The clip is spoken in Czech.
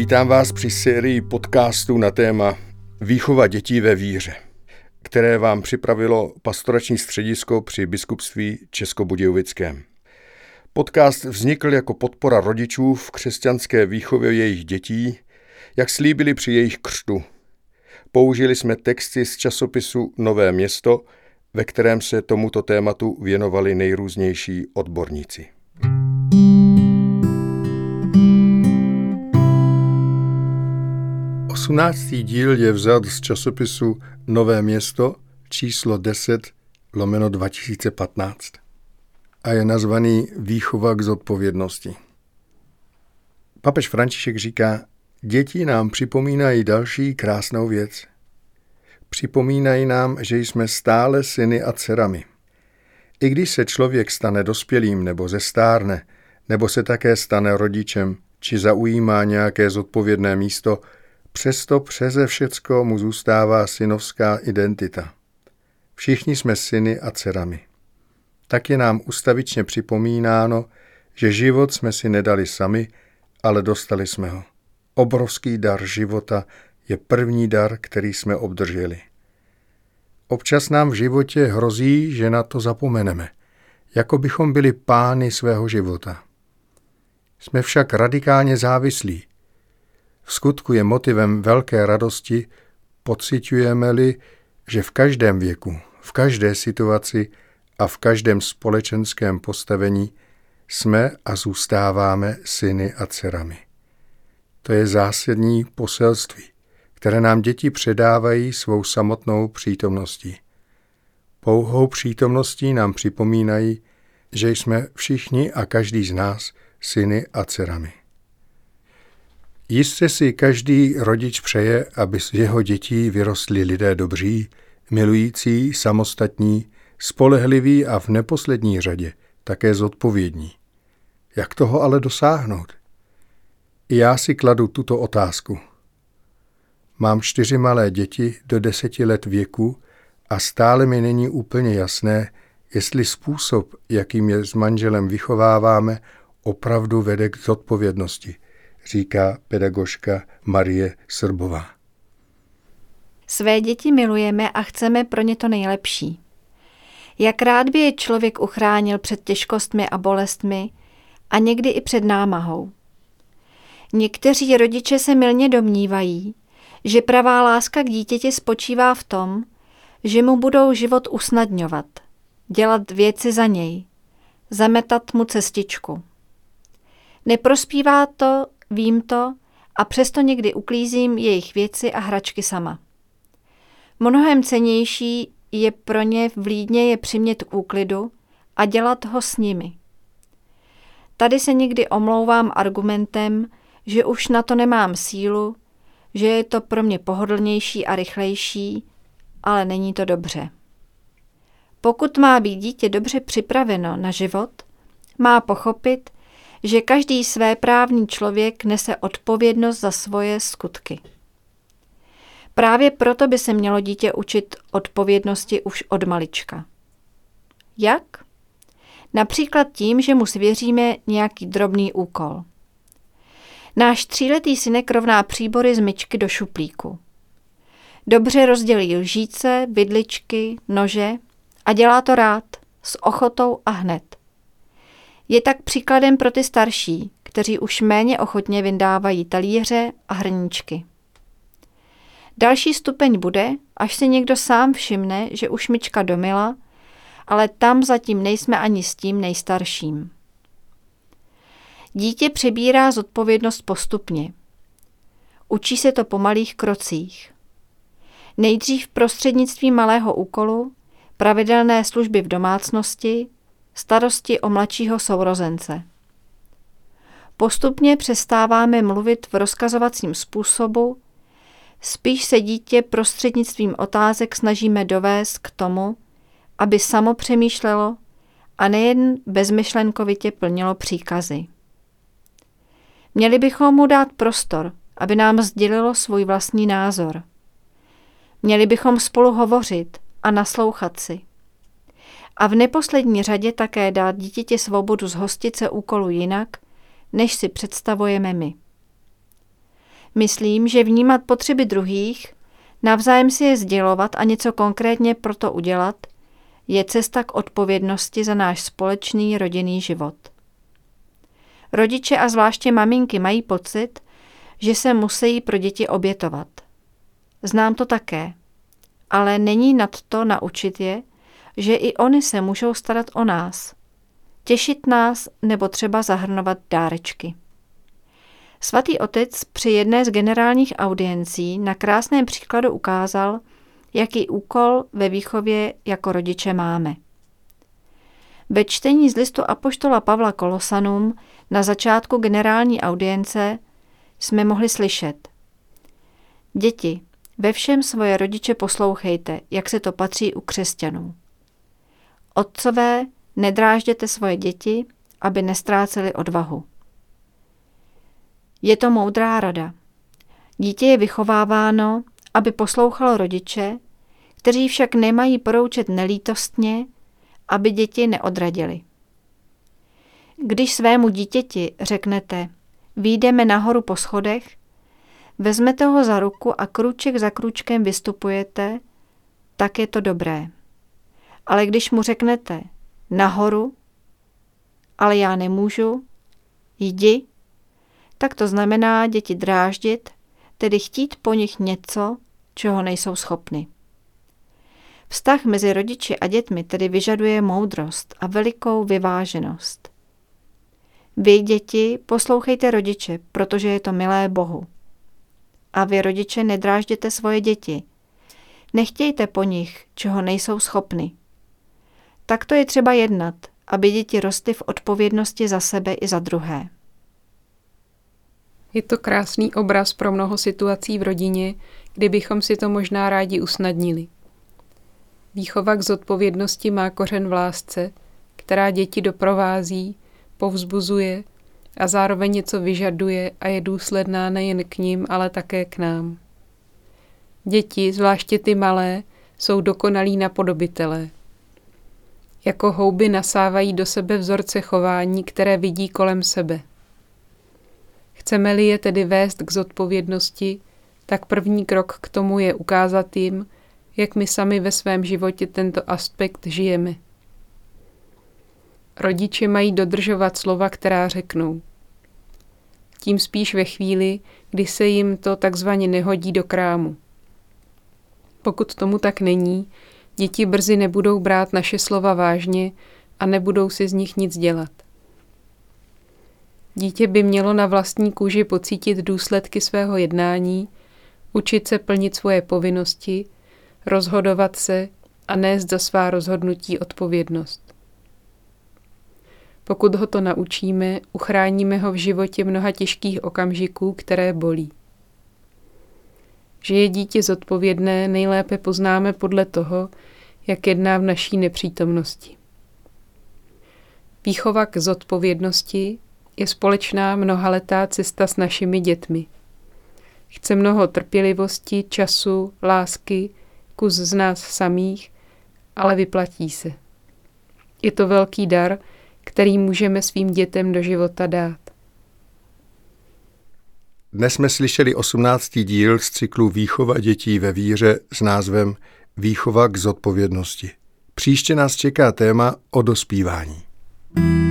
Vítám vás při sérii podcastů na téma Výchova dětí ve víře, které vám připravilo pastorační středisko při biskupství Českobudějovickém. Podcast vznikl jako podpora rodičů v křesťanské výchově jejich dětí, jak slíbili při jejich křtu. Použili jsme texty z časopisu Nové město, ve kterém se tomuto tématu věnovali nejrůznější odborníci. Osmnáctý díl je vzat z časopisu Nové město číslo 10/2015 a je nazvaný Výchova k zodpovědnosti. Papež František říká, děti nám připomínají další krásnou věc. Připomínají nám, že jsme stále syny a dcerami. I když se člověk stane dospělým nebo zestárne, nebo se také stane rodičem, či zaujímá nějaké zodpovědné místo, přesto přeze všecko mu zůstává synovská identita. Všichni jsme syny a dcerami. Tak je nám ustavičně připomínáno, že život jsme si nedali sami, ale dostali jsme ho. Obrovský dar života je první dar, který jsme obdrželi. Občas nám v životě hrozí, že na to zapomeneme, jako bychom byli pány svého života. Jsme však radikálně závislí. V skutku je motivem velké radosti, pociťujeme-li, že v každém věku, v každé situaci a v každém společenském postavení jsme a zůstáváme syny a dcerami. To je zásadní poselství, které nám děti předávají svou samotnou přítomností. Pouhou přítomností nám připomínají, že jsme všichni a každý z nás syny a dcerami. Jistě si každý rodič přeje, aby z jeho dětí vyrostli lidé dobří, milující, samostatní, spolehliví a v neposlední řadě také zodpovědní. Jak toho ale dosáhnout? I já si kladu tuto otázku. Mám 4 malé děti do 10 let věku a stále mi není úplně jasné, jestli způsob, jakým je s manželem vychováváme, opravdu vede k zodpovědnosti, říká pedagožka Marie Srbová. Své děti milujeme a chceme pro ně to nejlepší. Jak rád by je člověk uchránil před těžkostmi a bolestmi a někdy i před námahou. Někteří rodiče se mylně domnívají, že pravá láska k dítěti spočívá v tom, že mu budou život usnadňovat, dělat věci za něj, zametat mu cestičku. Neprospívá to, vím to a přesto někdy uklízím jejich věci a hračky sama. Mnohem cennější je pro ně vlídně je přimět k úklidu a dělat ho s nimi. Tady se někdy omlouvám argumentem, že už na to nemám sílu, že je to pro mě pohodlnější a rychlejší, ale není to dobře. Pokud má být dítě dobře připraveno na život, má pochopit, že každý svéprávný člověk nese odpovědnost za svoje skutky. Právě proto by se mělo dítě učit odpovědnosti už od malička. Jak? Například tím, že mu svěříme nějaký drobný úkol. Náš 3letý synek rovná příbory z myčky do šuplíku. Dobře rozdělí lžíce, vidličky, nože a dělá to rád, s ochotou a hned. Je tak příkladem pro ty starší, kteří už méně ochotně vyndávají talíře a hrníčky. Další stupeň bude, až si někdo sám všimne, že už myčka domyla, ale tam zatím nejsme ani s tím nejstarším. Dítě přebírá zodpovědnost postupně. Učí se to po malých krocích. Nejdřív prostřednictvím malého úkolu, pravidelné služby v domácnosti, starosti o mladšího sourozence. Postupně přestáváme mluvit v rozkazovacím způsobu, spíš se dítě prostřednictvím otázek snažíme dovést k tomu, aby samo přemýšlelo a nejen bezmyšlenkovitě plnilo příkazy. Měli bychom mu dát prostor, aby nám sdělilo svůj vlastní názor. Měli bychom spolu hovořit a naslouchat si. A v neposlední řadě také dát dítěti svobodu zhostit se úkolu jinak, než si představujeme my. Myslím, že vnímat potřeby druhých, navzájem si je sdělovat a něco konkrétně pro to udělat, je cesta k odpovědnosti za náš společný rodinný život. Rodiče a zvláště maminky mají pocit, že se musí pro děti obětovat. Znám to také, ale není nad to naučit je, že i oni se můžou starat o nás, těšit nás nebo třeba zahrnovat dárečky. Svatý otec při jedné z generálních audiencí na krásném příkladu ukázal, jaký úkol ve výchově jako rodiče máme. Ve čtení z listu apoštola Pavla Kolosanům na začátku generální audience jsme mohli slyšet: Děti, ve všem svoje rodiče poslouchejte, jak se to patří u křesťanů. Otcové, nedrážděte svoje děti, aby nestráceli odvahu. Je to moudrá rada. Dítě je vychováváno, aby poslouchalo rodiče, kteří však nemají poroučet nelítostně, aby děti neodradili. Když svému dítěti řeknete, vyjdeme nahoru po schodech, vezmete ho za ruku a krůček za krůčkem vystupujete, tak je to dobré. Ale když mu řeknete nahoru, ale já nemůžu, jdi, tak to znamená děti dráždit, tedy chtít po nich něco, čeho nejsou schopny. Vztah mezi rodiči a dětmi tedy vyžaduje moudrost a velikou vyváženost. Vy, děti, poslouchejte rodiče, protože je to milé Bohu. A vy, rodiče, nedrážděte svoje děti. Nechtějte po nich, čeho nejsou schopny. Takto je třeba jednat, aby děti rostly v odpovědnosti za sebe i za druhé. Je to krásný obraz pro mnoho situací v rodině, kdybychom si to možná rádi usnadnili. Výchova k zodpovědnosti má kořen v lásce, která děti doprovází, povzbuzuje a zároveň něco vyžaduje a je důsledná nejen k nim, ale také k nám. Děti, zvláště ty malé, jsou dokonalí napodobitelé. Jako houby nasávají do sebe vzorce chování, které vidí kolem sebe. Chceme-li je tedy vést k zodpovědnosti, tak první krok k tomu je ukázat jim, jak my sami ve svém životě tento aspekt žijeme. Rodiče mají dodržovat slova, která řeknou. Tím spíš ve chvíli, kdy se jim to takzvaně nehodí do krámu. Pokud tomu tak není, děti brzy nebudou brát naše slova vážně a nebudou si z nich nic dělat. Dítě by mělo na vlastní kůži pocítit důsledky svého jednání, učit se plnit svoje povinnosti, rozhodovat se a nést za svá rozhodnutí odpovědnost. Pokud ho to naučíme, uchráníme ho v životě mnoha těžkých okamžiků, které bolí. Že je dítě zodpovědné, nejlépe poznáme podle toho, jak jedná v naší nepřítomnosti. Výchova k zodpovědnosti je společná mnohaletá cesta s našimi dětmi. Chce mnoho trpělivosti, času, lásky, kus z nás samých, ale vyplatí se. Je to velký dar, který můžeme svým dětem do života dát. Dnes jsme slyšeli 18. díl z cyklu Výchova dětí ve víře s názvem Výchova k zodpovědnosti. Příště nás čeká téma o dospívání.